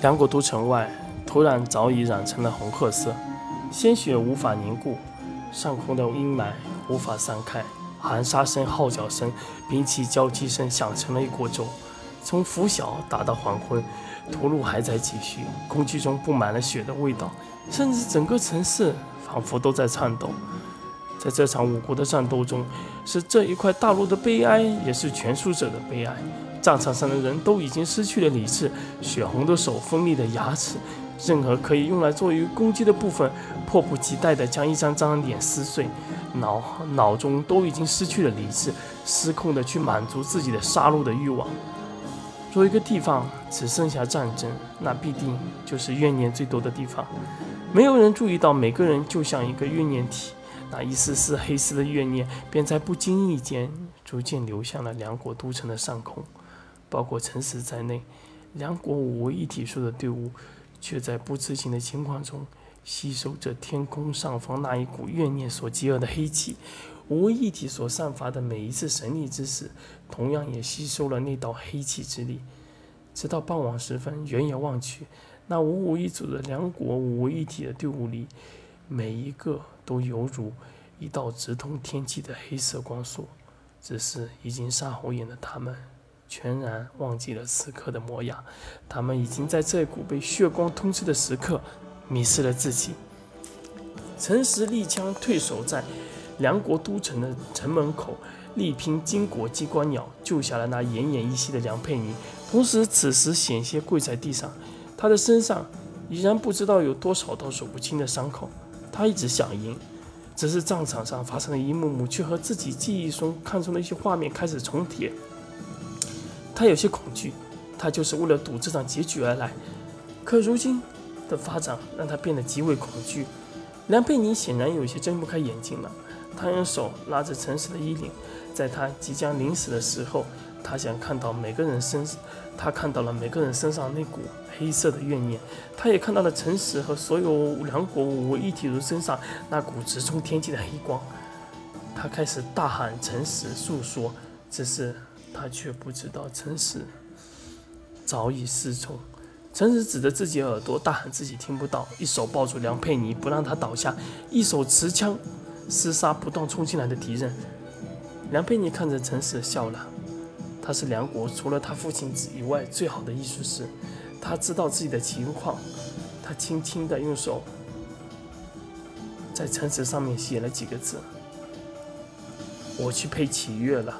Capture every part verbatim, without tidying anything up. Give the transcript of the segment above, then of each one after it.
梁国都城外，土壤早已染成了红褐色，鲜血无法凝固，上空的阴霾无法散开，喊杀声、号角声、兵器交击声响成了一锅粥。从拂晓打到黄昏，屠戮还在继续，空气中布满了血的味道，甚至整个城市仿佛都在颤抖。在这场五国的战斗中，是这一块大陆的悲哀，也是全书者的悲哀。战场上的人都已经失去了理智，血红的手，锋利的牙齿，任何可以用来作为攻击的部分，迫不及待地将一张张脸撕碎，脑脑中都已经失去了理智，失控地去满足自己的杀戮的欲望。若一个地方只剩下战争，那必定就是怨念最多的地方。没有人注意到，每个人就像一个怨念体，那一丝丝黑丝的怨念便在不经意间逐渐流向了梁国都城的上空。包括陈实在内，梁国五为一体术的队伍却在不知情的情况中吸收着天空上方那一股怨念所激恶的黑气。五为一体所散发的每一次神力之时，同样也吸收了那道黑气之力。直到傍晚时分，远远望去，那五五一组的梁国五为一体的队伍里，每一个都犹如一道直通天际的黑色光束。只是已经杀红眼的他们全然忘记了此刻的模样，他们已经在这股被血光通吃的时刻迷失了自己。陈实立枪退守在梁国都城的城门口，力拼金国机关鸟，救下了那奄奄一息的梁佩妮，同时此时险些跪在地上。他的身上依然不知道有多少道数不清的伤口，他一直想赢，只是战场上发生的一幕幕却和自己记忆中看中的一些画面开始重叠。他有些恐惧，他就是为了赌这场结局而来，可如今的发展让他变得极为恐惧。梁佩妮显然有些睁不开眼睛了，他用手拉着陈实的衣领，在他即将临死的时候，他想看到每个人身，他看到了每个人身上那股黑色的怨念，他也看到了陈实和所有梁国五为一体人身上那股直冲天际的黑光。他开始大喊陈实诉说，只是他却不知道陈实早已失踪。陈实指着自己的耳朵大喊自己听不到，一手抱住梁佩妮不让她倒下，一手持枪厮杀不断冲进来的敌人。梁佩妮看着陈实笑了，他是梁国除了他父亲以外最好的艺术师，他知道自己的情况。他轻轻地用手在陈实上面写了几个字：我去配启乐了。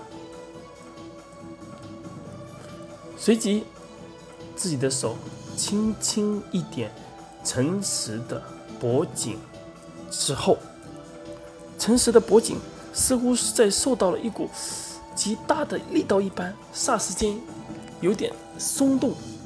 随即自己的手轻轻一点陈实的脖颈之后，陈实的脖颈似乎是在受到了一股极大的力道一般，霎时间有点松动，